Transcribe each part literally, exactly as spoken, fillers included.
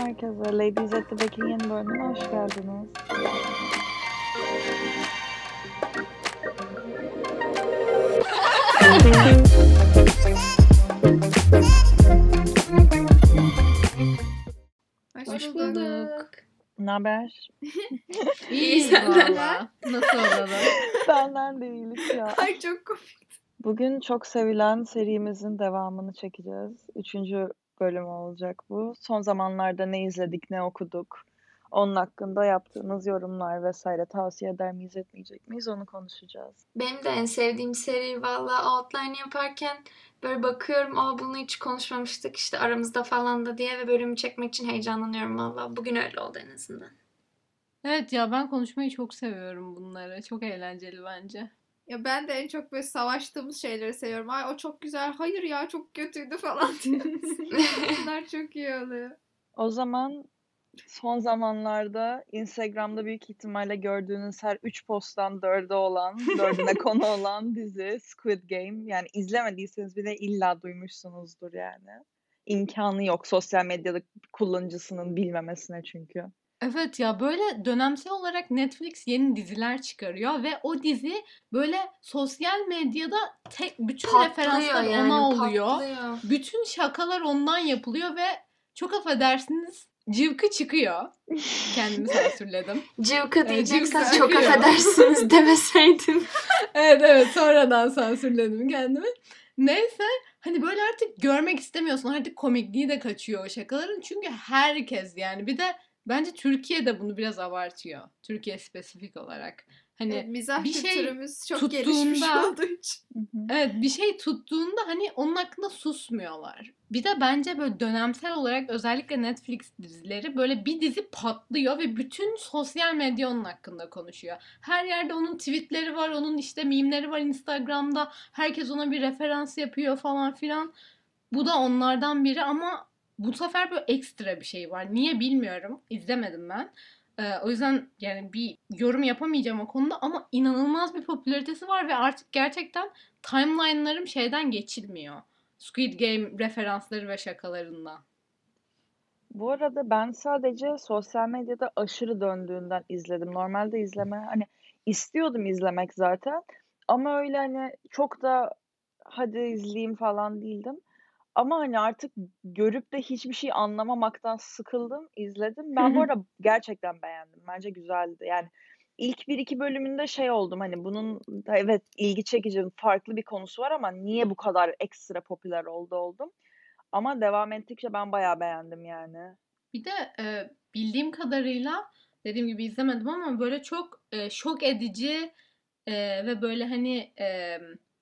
herkese. Ladies at the Back'in yeni bölümüne hoş geldiniz. Hoş, Hoş bulduk. bulduk. Naber? İyi senden valla. Nasıl olalım? Benden de iyilik ya. Ay çok komik. Bugün çok sevilen serimizin devamını çekeceğiz. Üçüncü bölüm olacak bu. Son zamanlarda ne izledik, ne okuduk, onun hakkında yaptığımız yorumlar vesaire tavsiye eder miyiz, etmeyecek miyiz onu konuşacağız. Benim de en sevdiğim seri valla outline yaparken böyle bakıyorum, aa bunu hiç konuşmamıştık işte aramızda falan da diye ve bölümü çekmek için heyecanlanıyorum valla. Bugün öyle oldu en azından. Evet ya, ben konuşmayı çok seviyorum bunları. Çok eğlenceli bence. Ya ben de en çok böyle savaştığımız şeyleri seviyorum. Ay o çok güzel. Hayır ya çok kötüydü falan diyoruz. Bunlar çok iyi oluyor. O zaman son zamanlarda Instagram'da büyük ihtimalle gördüğünüz her üç posttan dördü olan, dördüne konu olan dizi Squid Game. Yani izlemediyseniz bile illa duymuşsunuzdur yani. İmkanı yok sosyal medyada kullanıcısının bilmemesine çünkü. Evet ya, böyle dönemsel olarak Netflix yeni diziler çıkarıyor ve o dizi böyle sosyal medyada tek bütün Patlıyor referanslar yani, ona oluyor. patlıyor. Bütün şakalar ondan yapılıyor ve çok affedersiniz cıvkı çıkıyor. Kendimi sansürledim. Cıvkı Evet, diyecekseniz cıvkı çok çıkıyor. affedersiniz demeseydim. Evet evet, sonradan sansürledim kendimi. Neyse, hani böyle artık görmek istemiyorsun. Artık komikliği de kaçıyor o şakaların. Çünkü herkes, yani bir de bence Türkiye de bunu biraz abartıyor. Türkiye spesifik olarak. Hani Evet, mizah bir şey kültürümüz çok gelişmiş tuttuğunda- olduğu için. evet, bir şey tuttuğunda hani onun hakkında susmuyorlar. Bir de bence böyle dönemsel olarak özellikle Netflix dizileri böyle bir dizi patlıyor ve bütün sosyal medya onun hakkında konuşuyor. Her yerde onun tweetleri var, onun işte mimleri var Instagram'da. Herkes ona bir referans yapıyor falan filan. Bu da onlardan biri ama bu sefer böyle ekstra bir şey var. Niye bilmiyorum. İzlemedim ben. Ee, o yüzden yani bir yorum yapamayacağım o konuda ama inanılmaz bir popülaritesi var ve artık gerçekten timeline'larım şeyden geçilmiyor. Squid Game referansları ve şakalarından. Bu arada ben sadece sosyal medyada aşırı döndüğünden izledim. Normalde izleme hani istiyordum izlemek zaten ama öyle hani çok da hadi izleyeyim falan değildim. Ama hani artık görüp de hiçbir şey anlamamaktan sıkıldım, izledim. Ben bu arada gerçekten beğendim. Bence güzeldi. Yani ilk bir iki bölümünde şey oldum hani bunun da evet ilgi çekici farklı bir konusu var ama niye bu kadar ekstra popüler oldu oldum. Ama devam ettikçe ben bayağı beğendim yani. Bir de e, bildiğim kadarıyla, dediğim gibi izlemedim ama böyle çok e, şok edici e, ve böyle hani e,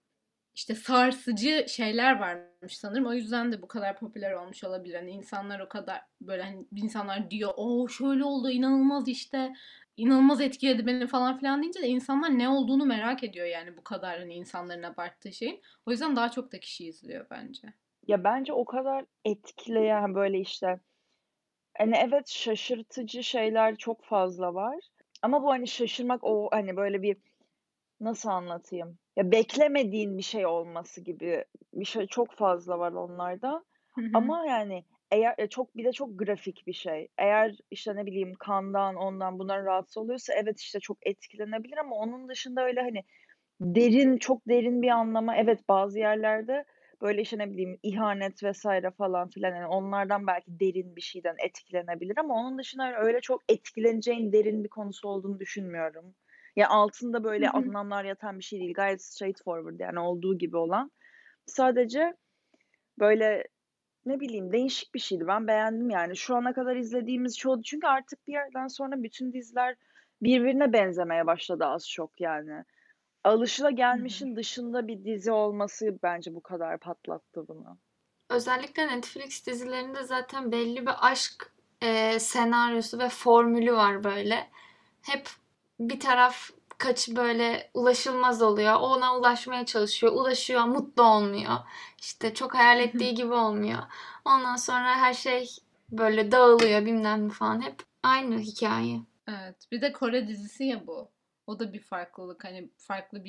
işte sarsıcı şeyler varmış sanırım. O yüzden de bu kadar popüler olmuş olabilir. Hani insanlar o kadar böyle, hani insanlar diyor o şöyle oldu, inanılmaz işte, inanılmaz etkiledi beni falan filan deyince de insanlar ne olduğunu merak ediyor yani, bu kadar hani insanların abarttığı şeyin. O yüzden daha çok da kişi izliyor bence. Ya bence o kadar etkileyen böyle işte hani evet şaşırtıcı şeyler çok fazla var. Ama bu hani şaşırmak o hani böyle bir nasıl anlatayım? Ya beklemediğin bir şey olması gibi bir şey çok fazla var onlarda. Hı hı. Ama yani eğer ya çok bir de çok grafik bir şey. Eğer işte ne bileyim kandan ondan bundan rahatsız oluyorsa evet işte çok etkilenebilir ama onun dışında öyle hani derin çok derin bir anlama evet bazı yerlerde böyle işte ne bileyim ihanet vesaire falan filan yani onlardan belki derin bir şeyden etkilenebilir ama onun dışında öyle çok etkileneceğin derin bir konusu olduğunu düşünmüyorum. Ya altında böyle Hı hı. anlamlar yatan bir şey değil. Gayet straightforward yani olduğu gibi olan. Sadece böyle ne bileyim değişik bir şeydi. Ben beğendim yani. Şu ana kadar izlediğimiz çoğu çünkü artık bir yerden sonra bütün diziler birbirine benzemeye başladı az çok yani. Alışılagelmişin dışında bir dizi olması bence bu kadar patlattı bunu. Özellikle Netflix dizilerinde zaten belli bir aşk e, senaryosu ve formülü var böyle. Hep bir taraf kaçı böyle ulaşılmaz oluyor. O ona ulaşmaya çalışıyor. Ulaşıyor, mutlu olmuyor. İşte çok hayal ettiği gibi olmuyor. Ondan sonra her şey böyle dağılıyor bilmem ne falan. Hep aynı hikaye. Evet. Bir de Kore dizisi ya bu. O da bir farklılık. Hani farklı bir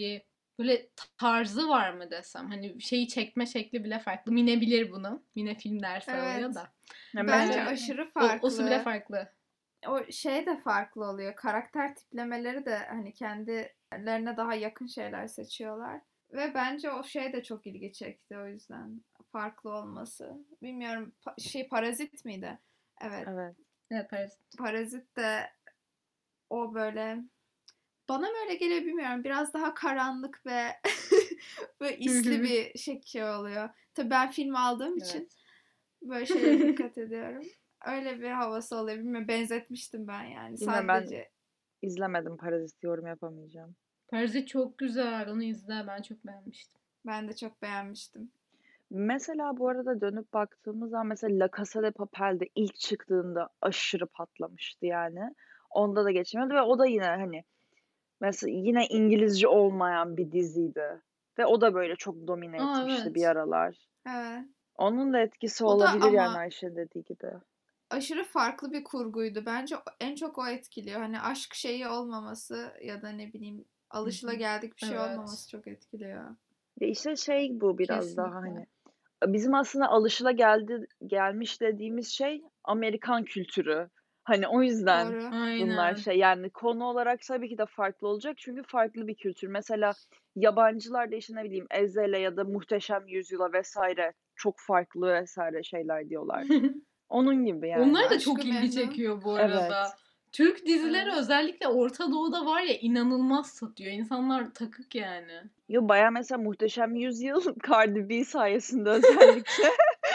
böyle tarzı var mı desem. Hani şeyi çekme şekli bile farklı. Mine bilir bunu. Mine film dersi Evet. alıyor da. Ya Bence mesela aşırı O, farklı. osu bile farklı. O şey de farklı oluyor. Karakter tiplemeleri de hani kendilerine daha yakın şeyler seçiyorlar. Ve bence o şey de çok ilgi çekti o yüzden. Farklı olması. Bilmiyorum pa- şey Parazit miydi? Evet. evet. Evet, Paris. Parazit de o böyle bana mı öyle geliyor bilmiyorum. Biraz daha karanlık ve böyle isli bir şey şey oluyor. Tabii ben film aldığım için Evet. böyle şeye dikkat ediyorum. Öyle bir havası oluyor. Bilmiyorum benzetmiştim ben yani. Bilmiyorum, ben Sadece izlemedim, Parazit, yorum yapamayacağım. Paris çok güzel. Onu izle. Ben çok beğenmiştim. ben de çok beğenmiştim. Mesela bu arada dönüp baktığımız zaman mesela La Casa de Papel'de ilk çıktığında aşırı patlamıştı yani. Onda da geçemiyordu ve o da yine hani mesela yine İngilizce olmayan bir diziydi. Ve o da böyle çok domine Aa, etmişti bir evet. aralar. Evet. Onun da etkisi O da olabilir yani, ama Ayşe dediği gibi. aşırı farklı bir kurguydu. Bence en çok o etkiliyor. Hani aşk şeyi olmaması ya da ne bileyim alışılageldik bir şey Evet. olmaması çok etkiliyor. Ya işte şey, bu biraz daha Kesinlikle. hani bizim aslında alışılageldi gelmiş dediğimiz şey Amerikan kültürü. Hani o yüzden Doğru. bunlar Aynen. şey yani konu olarak tabii ki de farklı olacak çünkü farklı bir kültür. Mesela yabancılar da işte ne bileyim Ezel'e ya da Muhteşem Yüzyıl'a vesaire çok farklı vesaire şeyler diyorlar. Onun gibi yani. Onlar da Aşk-ı çok ilgi Memnu. çekiyor bu Evet. arada. Türk dizileri Evet. özellikle Orta Doğu'da var ya inanılmaz satıyor. İnsanlar takık yani. Yo baya mesela Muhteşem Yüzyıl Cardi B sayesinde özellikle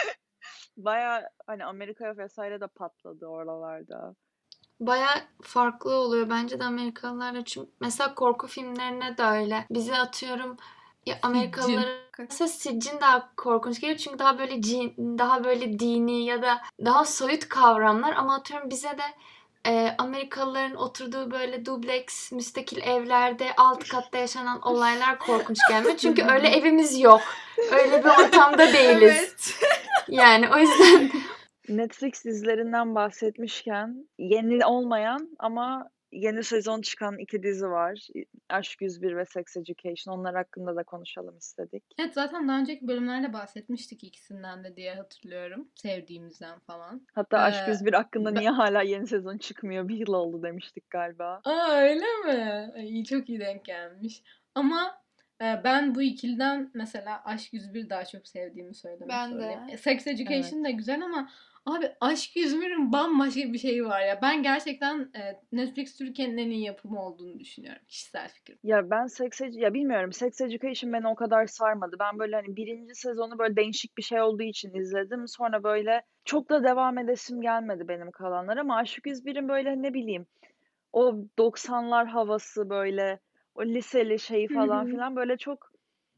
baya hani Amerika'ya vesaire de patladı oralarda. Baya farklı oluyor bence de Amerikalılarla. Çünkü mesela korku filmlerine de öyle. Bize atıyorum ya Siccin. Amerikalıların mesela Siccin daha korkunç geliyor çünkü daha böyle cin, daha böyle dini ya da daha soyut kavramlar ama atıyorum bize de e, Amerikalıların oturduğu böyle dubleks müstakil evlerde alt katta yaşanan olaylar korkunç gelmiyor. Çünkü öyle evimiz yok. Öyle bir ortamda değiliz. Evet. Yani o yüzden Netflix dizilerinden bahsetmişken yeni olmayan ama yeni sezon çıkan iki dizi var. Aşk yüz bir ve Sex Education. Onlar hakkında da konuşalım istedik. Evet, zaten daha önceki bölümlerde bahsetmiştik ikisinden de diye hatırlıyorum. Sevdiğimizden falan. Hatta Aşk Ee, yüz bir hakkında ben... niye hala yeni sezon çıkmıyor? Bir yıl oldu demiştik galiba. Aa, öyle mi? Ay, iyi, çok iyi denk gelmiş. Ama e, ben bu ikiliden mesela Aşk yüz bir daha çok sevdiğimi söylemek Ben zorundayım. de. E, Sex Education da güzel ama abi Aşk yüz birin bambaşka bir şeyi var ya. Ben gerçekten e, Netflix Türkiye'nin en iyi yapımı olduğunu düşünüyorum. Kişisel fikrim. Ya ben Sex Edu- ya bilmiyorum, Sex Education beni o kadar sarmadı. Ben böyle hani birinci sezonu böyle değişik bir şey olduğu için izledim. Sonra böyle çok da devam edesim gelmedi benim kalanlar ama Aşk yüz birin böyle ne bileyim o doksanlar havası, böyle o liseli şeyi falan filan böyle çok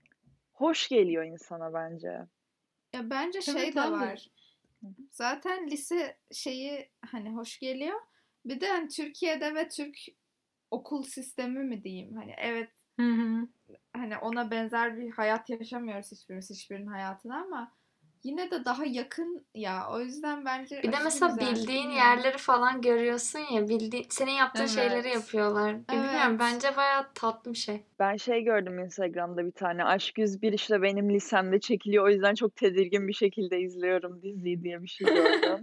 hoş geliyor insana bence. Ya bence şey Evet de abi. var. Zaten lise şeyi hani hoş geliyor. Bir de hani Türkiye'de ve Türk okul sistemi mi diyeyim? Hani evet Hı hı. hani ona benzer bir hayat yaşamıyoruz hiçbirimiz hiçbirinin hayatına ama yine de daha yakın ya. O yüzden bence bir de aşırı mesela güzel. bildiğin Bilmiyorum. yerleri falan görüyorsun ya, bildiğin senin yaptığın şeyleri Evet. yapıyorlar. E, Bilmiyorum, Evet. bence bayağı tatlı bir şey. Ben şey gördüm Instagram'da bir tane. Aşk yüz bir işte benim lisemde çekiliyor. O yüzden çok tedirgin bir şekilde izliyorum diziyi diye bir şey gördüm.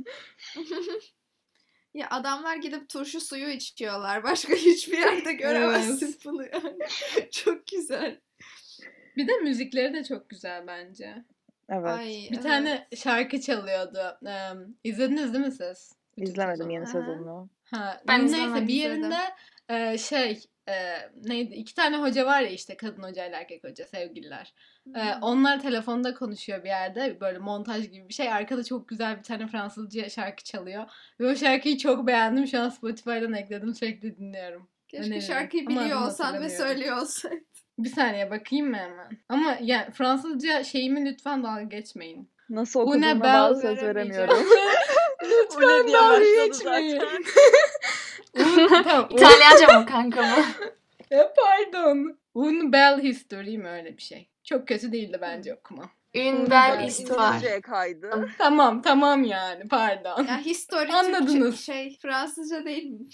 Ya adamlar gidip turşu suyu içiyorlar. Başka hiçbir yerde göremezsin Evet. bunu yani. Çok güzel. Bir de müzikleri de çok güzel bence. Evet. Ay Bir evet. tane şarkı çalıyordu. Ee, izlediniz değil mi siz? Bütün İzlemedim sezonu. yeni Aha. sezonunu. Ha, Ben neyse izlemedim. bir İzledim. yerinde e, şey e, neydi? İki tane hoca var ya işte, kadın hoca ile erkek hoca, sevgililer. E, Hmm. onlar telefonda konuşuyor bir yerde, böyle montaj gibi bir şey. Arkada çok güzel bir tane Fransızca şarkı çalıyor. Ve o şarkıyı çok beğendim. Şu an Spotify'dan ekledim, sürekli dinliyorum. Keşke Öneririm. şarkıyı Ama biliyor adını olsan ve hatırlamıyorum. söylüyor olsaydın. Bir saniye bakayım mı hemen? Ama yani Fransızca şeyimi lütfen dalga geçmeyin. Nasıl Bu ne okuduğuna bağlı bel? söz Veremeyeceğim. veremiyorum. O ne Lütfen diye dalga başladı geçmeyin. zaten. Un, tamam, un, İtalyanca mı kanka bu? E, pardon. Un bel history mi, öyle bir şey. Çok kötü değildi bence okuma. Une Un belle bel histoire. İngilizceye kaydı. Tamam tamam yani, pardon. Ya history Anladınız. Türkçe şey Fransızca değil mi?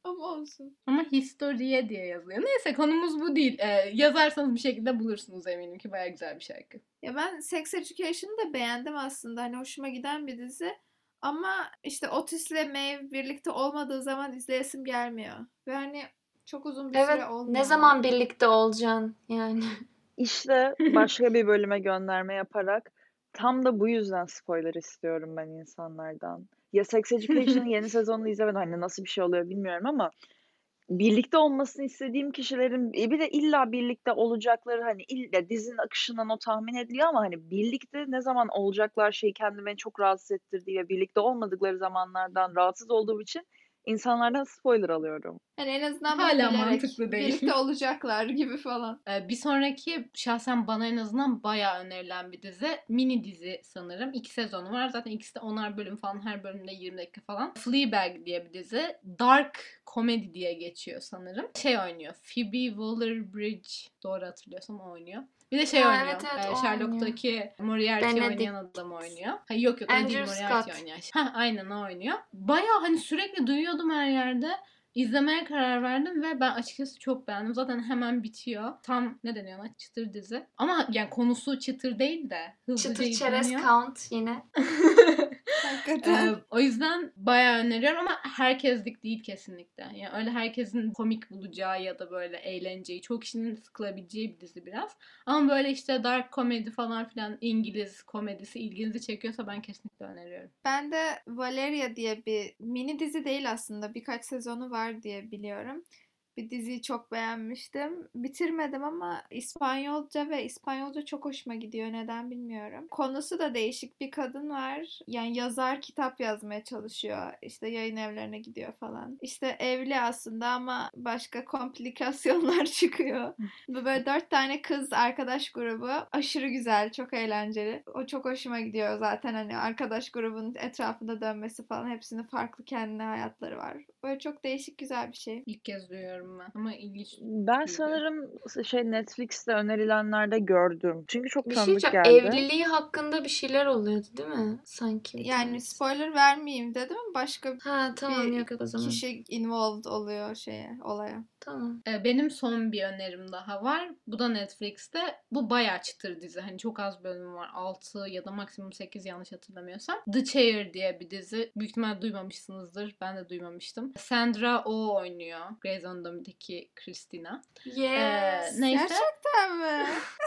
Ama olsun. Ama Historie diye yazıyor. Neyse konumuz bu değil. Ee, yazarsanız bir şekilde bulursunuz eminim ki baya güzel bir şarkı. Ya ben Sex Education'ı da beğendim aslında. Hani hoşuma giden bir dizi. Ama işte Otis'le Maeve birlikte olmadığı zaman izleyesim gelmiyor. Ve hani çok uzun bir Evet, süre ne olmuyor. zaman birlikte olacaksın yani. İşte başka bir bölüme gönderme yaparak tam da bu yüzden spoiler istiyorum ben insanlardan. Ya Sex Education'ın yeni sezonunu izlemedim. Hani nasıl bir şey oluyor bilmiyorum ama birlikte olmasını istediğim kişilerin e bir de illa birlikte olacakları hani illa dizinin akışından o tahmin ediliyor ama hani birlikte ne zaman olacaklar şeyi kendimi beni çok rahatsız ettirdiği ve birlikte olmadıkları zamanlardan rahatsız olduğum için insanlardan spoiler alıyorum. Hani en azından bunu Hala bilerek mantıklı değil. birlikte olacaklar gibi falan. Ee, bir sonraki şahsen bana en azından bayağı önerilen bir dizi. Mini dizi sanırım. İki sezonu var. Zaten ikisi de onar bölüm falan. Her bölümde yirmi dakika falan. Fleabag diye bir dizi. Dark comedy diye geçiyor sanırım. Şey oynuyor. Phoebe Waller-Bridge. Doğru hatırlıyorsam o oynuyor. Bir de şey Ha, oynuyor. evet evet e, o oynuyor. Sherlock'taki Moriarty Benedict. oynayan adam oynuyor. Ha, yok yok o değil, Andrew Moriarty Scott. oynuyor. Ha, aynen o oynuyor. Bayağı hani sürekli duyuyordum her yerde. İzlemeye karar verdim ve ben açıkçası çok beğendim. Zaten hemen bitiyor. Tam ne deniyor ona? Çıtır dizi. Ama yani konusu çıtır değil de hızlıca Çıtır çerez izleniyor. count yine. Hakikaten. Ee, o yüzden bayağı öneriyorum ama herkeslik değil kesinlikle. Yani öyle herkesin komik bulacağı ya da böyle eğleneceği, çok kişinin sıkılabileceği bir dizi biraz. Ama böyle işte dark komedi falan filan İngiliz komedisi ilginizi çekiyorsa ben kesinlikle öneriyorum. Ben de Valeria diye bir mini dizi değil aslında. Birkaç sezonu var diye biliyorum. Bir diziyi çok beğenmiştim. Bitirmedim ama İspanyolca ve İspanyolca çok hoşuma gidiyor. Neden bilmiyorum. Konusu da değişik. Bir kadın var. Yani yazar kitap yazmaya çalışıyor. İşte yayın evlerine gidiyor falan. İşte evli aslında ama başka komplikasyonlar çıkıyor. Böyle dört tane kız arkadaş grubu. Aşırı güzel, çok eğlenceli. O çok hoşuma gidiyor zaten hani arkadaş grubunun etrafında dönmesi falan. Hepsinin farklı kendine hayatları var. Böyle çok değişik güzel bir şey. İlk kez duyuyorum ben. Ama ilginç. Ben gibi. sanırım şey Netflix'te önerilenlerde gördüm. Çünkü çok Bir şey tanıdık diyeceğim. geldi. Evliliği hakkında bir şeyler oluyordu değil mi? Sanki bir Yani tanesi. spoiler vermeyeyim dedim ama başka Ha tamam bir yok yok o zaman. kişi involved oluyor şeye, olaya. Tamam. Ee, Benim son bir önerim daha var. Bu da Netflix'te. Bu bayağı çıtır dizi. Hani çok az bölümü var. altı ya da maksimum sekiz yanlış hatırlamıyorsam. The Chair diye bir dizi. Büyük ihtimal duymamışsınızdır. Ben de duymamıştım. Sandra Oh oynuyor. Grey's Anatomy'deki Christina. Yes. Ee, neyse. Gerçekten mi?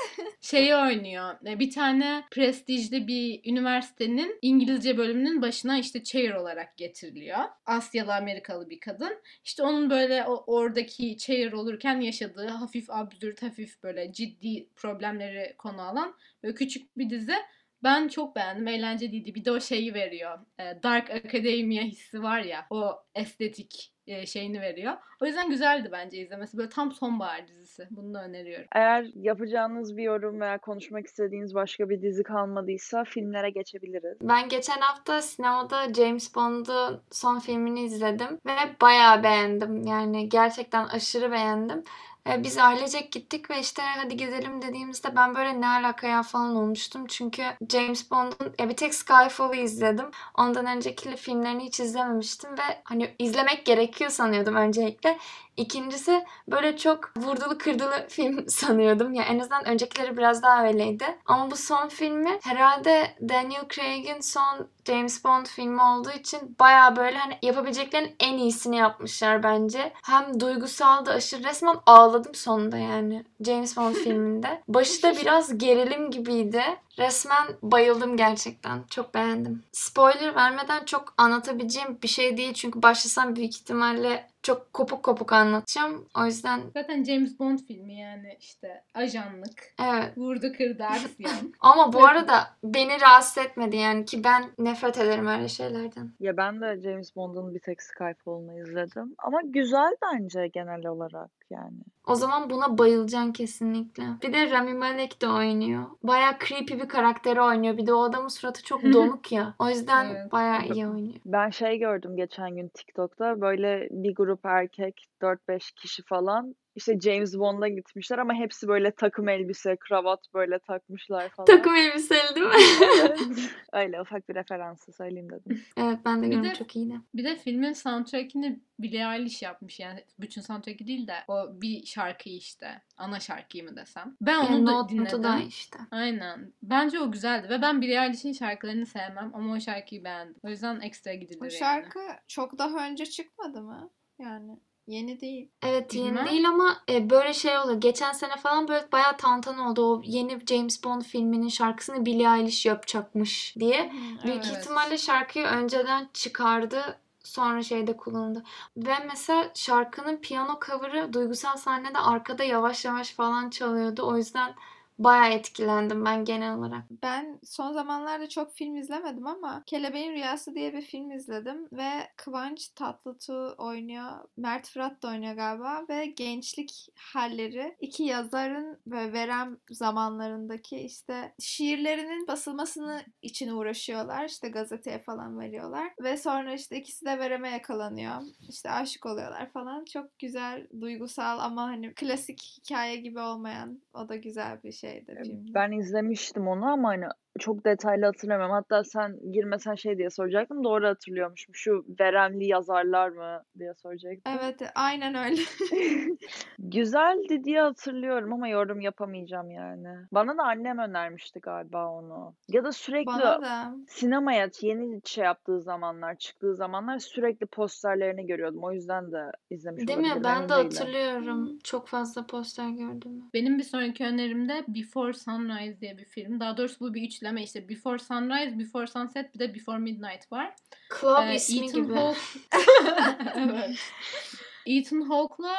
Şeyi oynuyor. e, Bir tane prestijli bir üniversitenin İngilizce bölümünün başına işte chair olarak getiriliyor. Asyalı Amerikalı bir kadın. İşte onun böyle o, oradaki chair olurken yaşadığı hafif absürt, hafif böyle ciddi problemleri konu alan böyle küçük bir dizi. Ben çok beğendim. Eğlenceliydi. Bir de o şeyi veriyor. E, Dark Academia hissi var ya. O estetik e, şeyini veriyor. O yüzden güzeldi bence izlemesi. Böyle tam sonbahar dizisi. Bunu da öneriyorum. Eğer yapacağınız bir yorum veya konuşmak istediğiniz başka bir dizi kalmadıysa filmlere geçebiliriz. Ben geçen hafta sinemada James Bond'un son filmini izledim ve bayağı beğendim. Yani gerçekten aşırı beğendim. Ee, Biz ailecek gittik ve işte hadi gidelim dediğimizde ben böyle ne alaka ya falan olmuştum. Çünkü James Bond'un ya bir tek Skyfall'ı izledim. Ondan önceki filmlerini hiç izlememiştim ve hani izlemek gerekiyor sanıyordum öncelikle. İkincisi böyle çok vurdulu kırdılı film sanıyordum. Ya en azından öncekileri biraz daha öyleydi. Ama bu son filmi herhalde Daniel Craig'in son James Bond filmi olduğu için baya böyle hani yapabileceklerin en iyisini yapmışlar bence. Hem duygusal da aşırı, resmen ağladım sonunda yani James Bond filminde. Başı da biraz gerilim gibiydi. Resmen bayıldım gerçekten. Çok beğendim. Spoiler vermeden çok anlatabileceğim bir şey değil. Çünkü başlasam büyük ihtimalle çok kopuk kopuk anlatacağım. O yüzden Zaten James Bond filmi yani işte ajanlık. evet. Vurdu kırdı aksiyon. Ama bu arada beni rahatsız etmedi yani ki ben nefret ederim öyle şeylerden. Ya ben de James Bond'un bir tek Skyfall'ını izledim. Ama güzel bence genel olarak yani. O zaman buna bayılacaksın kesinlikle. Bir de Rami Malek de oynuyor. Baya creepy bir karakteri oynuyor. Bir de o adamın suratı çok donuk ya. O yüzden Evet. baya iyi oynuyor. Ben şey gördüm geçen gün TikTok'ta böyle bir grup erkek dört beş kişi falan işte James Bond'a gitmişler ama hepsi böyle takım elbise, kravat böyle takmışlar falan. Takım elbiseli değil mi? Evet. Öyle ufak bir referansı söyleyeyim dedim. Evet ben de Bir gördüm de çok iyiydi. bir de filmin soundtrack'ini Billie Eilish yapmış. Yani bütün soundtrack'i değil de o bir şarkıyı işte. Ana şarkıyı mı desem. Ben onu Yani da Note dinledim. da işte. Aynen. Bence o güzeldi ve ben Billie Eilish'in şarkılarını sevmem ama o şarkıyı beğendim. O yüzden ekstra gidilir O yani. şarkı çok daha önce çıkmadı mı? Yani yeni değil. Evet yeni Bilmem. değil ama e, böyle şey oldu. Geçen sene falan böyle bayağı tantana oldu. O yeni James Bond filminin şarkısını Billie Eilish yapacakmış diye. Hı, Büyük evet. ihtimalle şarkıyı önceden çıkardı. Sonra şeyde kullandı. Ve mesela şarkının piyano cover'ı duygusal sahnede arkada yavaş yavaş falan çalıyordu. O yüzden bayağı etkilendim ben genel olarak. Ben son zamanlarda çok film izlemedim ama Kelebeğin Rüyası diye bir film izledim ve Kıvanç Tatlıtuğ oynuyor. Mert Fırat da oynuyor galiba ve gençlik halleri iki yazarın ve verem zamanlarındaki işte şiirlerinin basılmasını için uğraşıyorlar. İşte gazeteye falan veriyorlar ve sonra işte ikisi de vereme yakalanıyor. İşte aşık oluyorlar falan. Çok güzel, duygusal ama hani klasik hikaye gibi olmayan o da güzel bir şeydi filmde. Ben izlemiştim onu ama hani çok detaylı hatırlamıyorum. Hatta sen girmesen şey diye soracaktım. Doğru hatırlıyormuşum. Şu veremli yazarlar mı diye soracaktım. Evet, aynen öyle. Güzeldi diye hatırlıyorum ama yorum yapamayacağım yani. Bana da annem önermişti galiba onu. Ya da sürekli Bana da. sinemaya yeni şey yaptığı zamanlar, çıktığı zamanlar sürekli posterlerini görüyordum. O yüzden de izlemiş Değil mi? olabilirim, Ben emin de değilim. hatırlıyorum. Hmm. Çok fazla poster gördüm. Benim bir sonraki önerimde Before Sunrise diye bir film. Daha doğrusu bu bir üçleme işte. Before Sunrise, Before Sunset bir de Before Midnight var. Club Ee, ismi Ethan gibi. Hawke evet. Ethan Hawke'la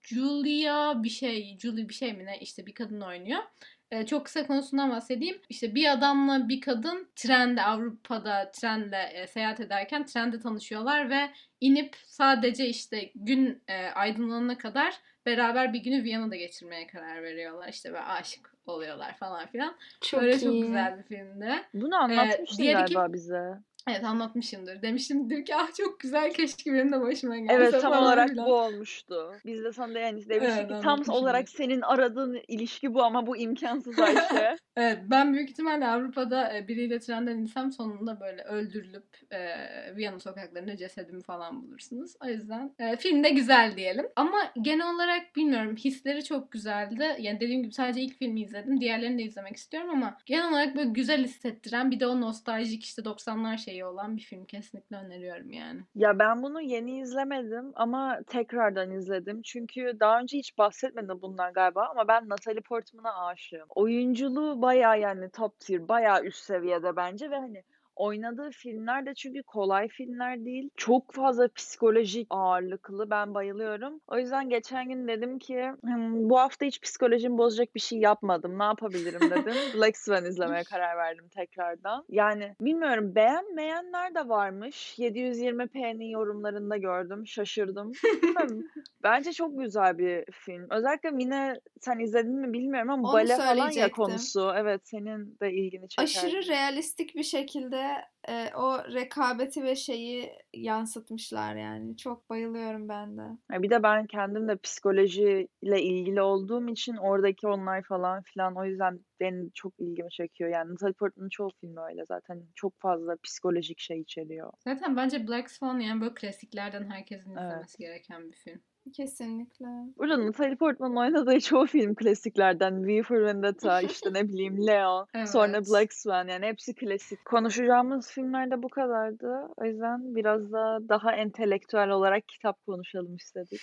Julia bir şey, Julie bir şey mi ne işte bir kadın oynuyor. Ee, çok kısa konusundan bahsedeyim. İşte bir adamla bir kadın trende Avrupa'da trenle e, seyahat ederken trende tanışıyorlar ve inip sadece işte gün e, aydınlanana kadar beraber bir günü Viyana'da geçirmeye karar veriyorlar. İşte ve aşık oluyorlar falan filan. Çok Böyle çok iyi. güzel bir filmdi. Bunu Ee, anlatmıştın diğer iki galiba bize. Evet anlatmışımdır. Demiştimdir ki ah çok güzel keşke benim de başıma gelse Evet, tam falan olarak bu filan. olmuştu. Biz de sana da yani demiştik Evet ki tam anlatmışımdır. olarak senin aradığın ilişki bu ama bu imkansız Ayşe. Evet ben büyük ihtimalle Avrupa'da e, biriyle trenden insem sonunda böyle öldürülüp e, Viyana sokaklarında cesedimi falan bulursunuz. O yüzden e, film de güzel diyelim. Ama genel olarak bilmiyorum hisleri çok güzeldi. Yani dediğim gibi sadece ilk filmi izledim. Diğerlerini de izlemek istiyorum ama genel olarak böyle güzel hissettiren bir de o nostaljik işte doksanlar şeyi olan bir film kesinlikle öneriyorum yani. Ya ben bunu yeni izlemedim ama tekrardan izledim. Çünkü daha önce hiç bahsetmedim bundan galiba ama ben Natalie Portman'a aşığım. Oyunculuğu bayağı yani top tier, bayağı üst seviyede bence ve hani oynadığı filmler de çünkü kolay filmler değil. Çok fazla psikolojik ağırlıklı. Ben bayılıyorum. O yüzden geçen gün dedim ki "Hmm, bu hafta hiç psikolojimi bozacak bir şey yapmadım. Ne yapabilirim dedim. Black Swan izlemeye karar verdim tekrardan. Yani bilmiyorum beğenmeyenler de varmış. yedi yüz yirmi p'nin yorumlarında gördüm. Şaşırdım. Bilmiyorum. Bence çok güzel bir film. Özellikle Mine sen izledin mi bilmiyorum ama Onu bale falan ya söyleyecektim. konusu. Evet senin de ilgini çeker Aşırı diye. realistik bir şekilde e, o rekabeti ve şeyi yansıtmışlar yani. Çok bayılıyorum ben de. Ya bir de ben kendim de psikolojiyle ilgili olduğum için oradaki onlar falan filan o yüzden benim çok ilgimi çekiyor. Yani Natalie Portman'ın çoğu filmi öyle zaten. Çok fazla psikolojik şey içeriyor. Zaten bence Black Swan yani böyle klasiklerden herkesin Evet. izlemesi gereken bir film. Kesinlikle. Burada Natalie Portman'ın oynadığı çoğu film klasiklerden. V for Vendetta, işte ne bileyim Leo, sonra Evet. Black Swan yani hepsi klasik. Konuşacağımız filmler de bu kadardı. O yüzden biraz da daha entelektüel olarak kitap konuşalım istedik.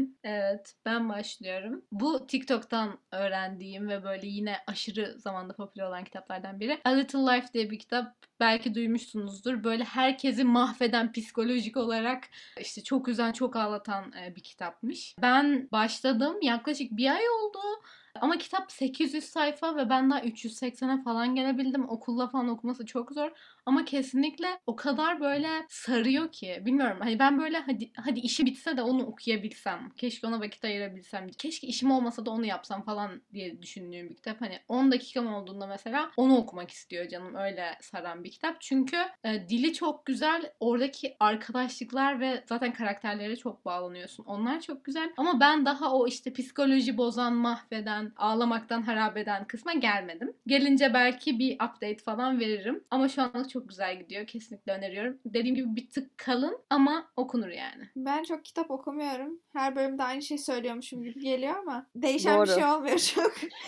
Evet, ben başlıyorum. Bu TikTok'tan öğrendiğim ve böyle yine aşırı zamanda popüler olan kitaplardan biri. A Little Life diye bir kitap. Belki duymuşsunuzdur. Böyle herkesi mahveden psikolojik olarak işte çok üzen, çok ağlatan bir kitapmış. Ben başladım. Yaklaşık bir ay oldu. Ama kitap sekiz yüz sayfa ve ben daha üç yüz seksene falan gelebildim. Okulla falan okuması çok zor. Ama kesinlikle o kadar böyle sarıyor ki. Bilmiyorum, hani ben böyle hadi, hadi işi bitse de onu okuyabilsem. Keşke ona vakit ayırabilsem. Keşke işim olmasa da onu yapsam falan diye düşündüğüm bir kitap. Hani on dakikam olduğunda mesela onu okumak istiyor canım. Öyle saran bir kitap. Çünkü e, dili çok güzel. Oradaki arkadaşlıklar ve zaten karakterlere çok bağlanıyorsun. Onlar çok güzel. Ama ben daha o işte psikoloji bozan, mahveden, ağlamaktan harap eden kısma gelmedim. Gelince belki bir update falan veririm. Ama şu anlık çok güzel gidiyor. Kesinlikle öneriyorum. Dediğim gibi bir tık kalın ama okunur yani. Ben çok kitap okumuyorum. Her bölümde aynı şey söylüyormuşum gibi geliyor ama değişen bir Doğru. şey olmuyor çok.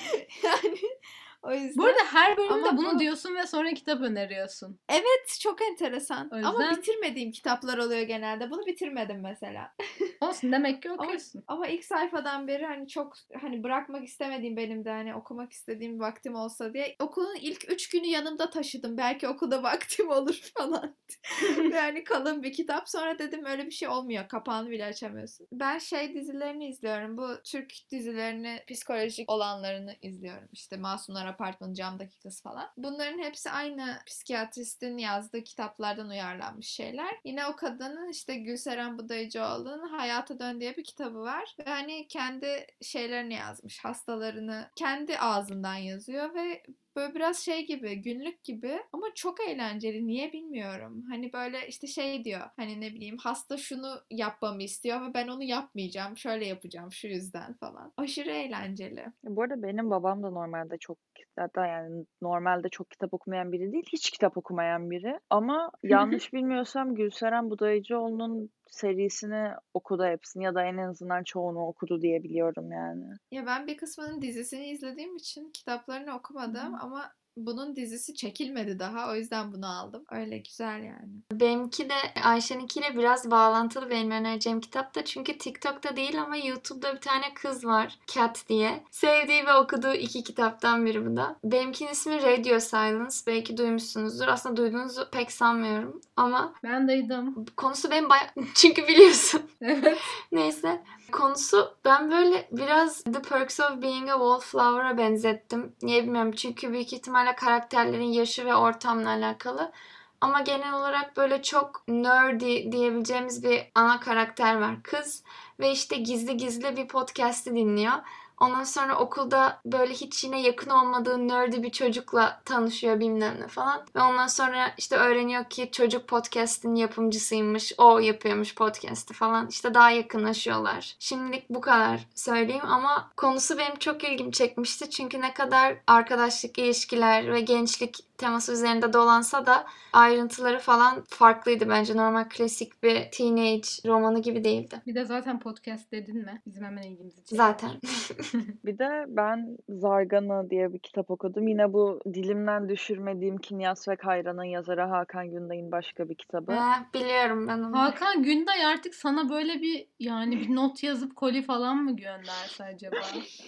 Yani o yüzden. Bu arada her bölümde Ama bunu bu- diyorsun ve sonra kitap öneriyorsun. Evet, çok enteresan. O Ama yüzden- bitirmediğim kitaplar oluyor genelde. Bunu bitirmedim mesela. Olsun, demek ki Ama, okuyorsun. ama ilk sayfadan beri hani çok hani bırakmak istemediğim, benim de hani okumak istediğim vaktim olsa diye okulun ilk üç günü yanımda taşıdım. Belki okulda vaktim olur falan. Yani kalın bir kitap. Sonra dedim öyle bir şey olmuyor. Kapağını bile açamıyorsun. Ben şey dizilerini izliyorum. Bu Türk dizilerini, psikolojik olanlarını izliyorum. İşte Masumlar Apartmanı, Camdaki Kız falan. Bunların hepsi aynı psikiyatristin yazdığı kitaplardan uyarlanmış şeyler. Yine o kadının, işte Gülseren Budayıcıoğlu'nun Hayata Dön diye bir kitabı var. Ve hani kendi şeylerini yazmış. Hastalarını kendi ağzından yazıyor ve böyle biraz şey gibi, günlük gibi ama çok eğlenceli. Niye bilmiyorum. Hani böyle işte şey diyor. Hani ne bileyim, hasta şunu yapmamı istiyor ama ben onu yapmayacağım. Şöyle yapacağım şu yüzden falan. Aşırı eğlenceli. Bu arada benim babam da normalde çok, hatta yani normalde çok kitap okumayan biri değil, hiç kitap okumayan biri. Ama yanlış bilmiyorsam Gülseren Budayıcıoğlu'nun serisini okudu hepsini, ya da en azından çoğunu okudu diye biliyorum yani. Ya ben bir kısmının dizisini izlediğim için kitaplarını okumadım ama bunun dizisi çekilmedi daha. O yüzden bunu aldım. Öyle güzel yani. Benimki de Ayşe'ninkiyle biraz bağlantılı, benim önereceğim kitap da. Çünkü TikTok'ta değil ama YouTube'da bir tane kız var, Cat diye. Sevdiği ve okuduğu iki kitaptan biri bu da. Benimkinin ismi Radio Silence. Belki duymuşsunuzdur. Aslında duyduğunuzu pek sanmıyorum ama Ben duydum. konusu benim baya... Çünkü biliyorsun. Evet. Neyse. Konusu, ben böyle biraz The Perks of Being a Wallflower'a benzettim. Niye bilmiyorum. Çünkü büyük ihtimalle karakterlerin yaşı ve ortamla alakalı. Ama genel olarak böyle çok nerdy diyebileceğimiz bir ana karakter var. Kız ve işte gizli gizli bir podcast'i dinliyor. Ondan sonra okulda böyle hiç yine yakın olmadığı nerdy bir çocukla tanışıyor, bilmem ne falan. Ve ondan sonra işte öğreniyor ki çocuk podcast'in yapımcısıymış. O yapıyormuş podcast'i falan. İşte daha yakınlaşıyorlar. Şimdilik bu kadar söyleyeyim ama konusu benim çok ilgimi çekmişti. Çünkü ne kadar arkadaşlık, ilişkiler ve gençlik teması üzerinde dolansa da ayrıntıları falan farklıydı bence. Normal klasik bir teenage romanı gibi değildi. Bir de zaten podcast dedin mi? Bizim hemen ilgimizi çeker. Zaten. Bir de ben Zargana diye bir kitap okudum. Yine bu dilimden düşürmediğim Kinyas ve Kayra'nın yazarı Hakan Günday'ın başka bir kitabı. He, biliyorum ben onu. Hakan Günday artık sana böyle bir yani bir not yazıp koli falan mı gönderse acaba?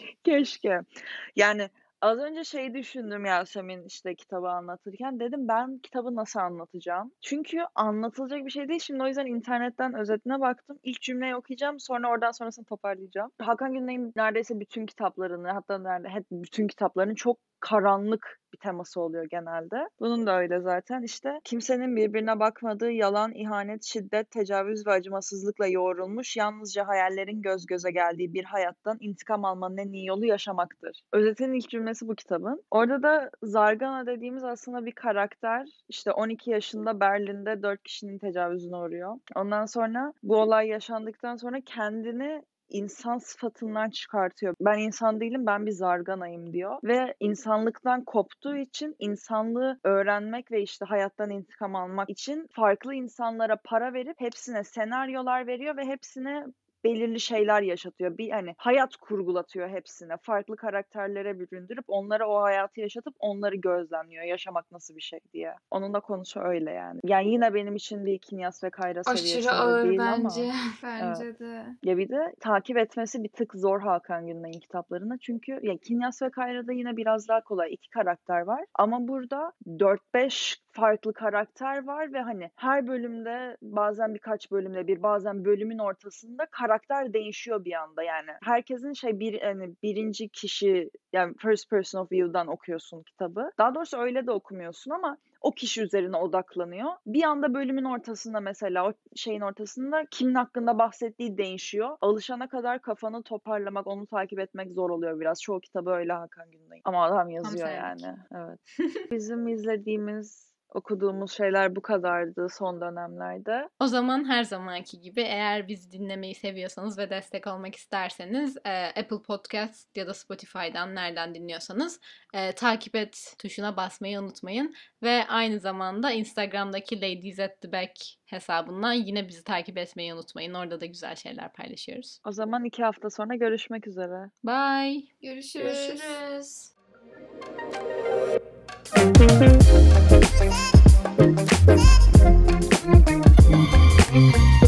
Keşke. Yani az önce şey düşündüm Yasemin, işte kitabı anlatırken. Dedim ben kitabı nasıl anlatacağım? Çünkü anlatılacak bir şey değil. Şimdi o yüzden internetten özetine baktım. İlk cümleyi okuyacağım. Sonra oradan sonrasını toparlayacağım. Hakan Günday'ın neredeyse bütün kitaplarını, hatta nerede hep bütün kitaplarının çok karanlık bir teması oluyor genelde. Bunun da öyle zaten. İşte kimsenin birbirine bakmadığı, yalan, ihanet, şiddet, tecavüz ve acımasızlıkla yoğrulmuş, yalnızca hayallerin göz göze geldiği bir hayattan intikam almanın en iyi yolu yaşamaktır. Özetinin ilk cümlesi bu kitabın. Orada da Zargana dediğimiz aslında bir karakter. İşte on iki yaşında Berlin'de dört kişinin tecavüzüne uğruyor. Ondan sonra bu olay yaşandıktan sonra kendini insan sıfatından çıkartıyor. Ben insan değilim, ben bir zarganayım diyor. Ve insanlıktan koptuğu için insanlığı öğrenmek ve işte hayattan intikam almak için farklı insanlara para verip hepsine senaryolar veriyor ve hepsine belirli şeyler yaşatıyor. Bir hani hayat kurgulatıyor hepsine. Farklı karakterlere büründürüp onlara o hayatı yaşatıp onları gözlemliyor. Yaşamak nasıl bir şey diye. Onun da konusu öyle yani. Yani yine benim için bir Kinyas ve Kayra Aşırı seviyesinde ağır değil bence. ama Bence Evet. de. ya bir de takip etmesi bir tık zor Hakan Günday'ın kitaplarını. Çünkü ya Kinyas ve Kayra'da yine biraz daha kolay. İki karakter var. Ama burada dört beş farklı karakter var ve hani her bölümde, bazen birkaç bölümde bir, bazen bölümün ortasında karakter karakter değişiyor bir anda yani. Herkesin şey bir hani birinci kişi yani first person of view'dan okuyorsun kitabı. Daha doğrusu öyle de okumuyorsun ama o kişi üzerine odaklanıyor. Bir anda bölümün ortasında mesela o şeyin ortasında kimin hakkında bahsettiği değişiyor. Alışana kadar kafanı toparlamak, onu takip etmek zor oluyor biraz. Çoğu kitabı öyle Hakan Günday. Ama adam yazıyor senlik. yani. Evet. Bizim izlediğimiz, okuduğumuz şeyler bu kadardı son dönemlerde. O zaman her zamanki gibi eğer bizi dinlemeyi seviyorsanız ve destek olmak isterseniz e, Apple Podcast ya da Spotify'dan nereden dinliyorsanız e, takip et tuşuna basmayı unutmayın. Ve aynı zamanda Instagram'daki Ladies at the Back hesabından yine bizi takip etmeyi unutmayın. Orada da güzel şeyler paylaşıyoruz. O zaman iki hafta sonra görüşmek üzere. Bye. Görüşürüz. Görüşürüz.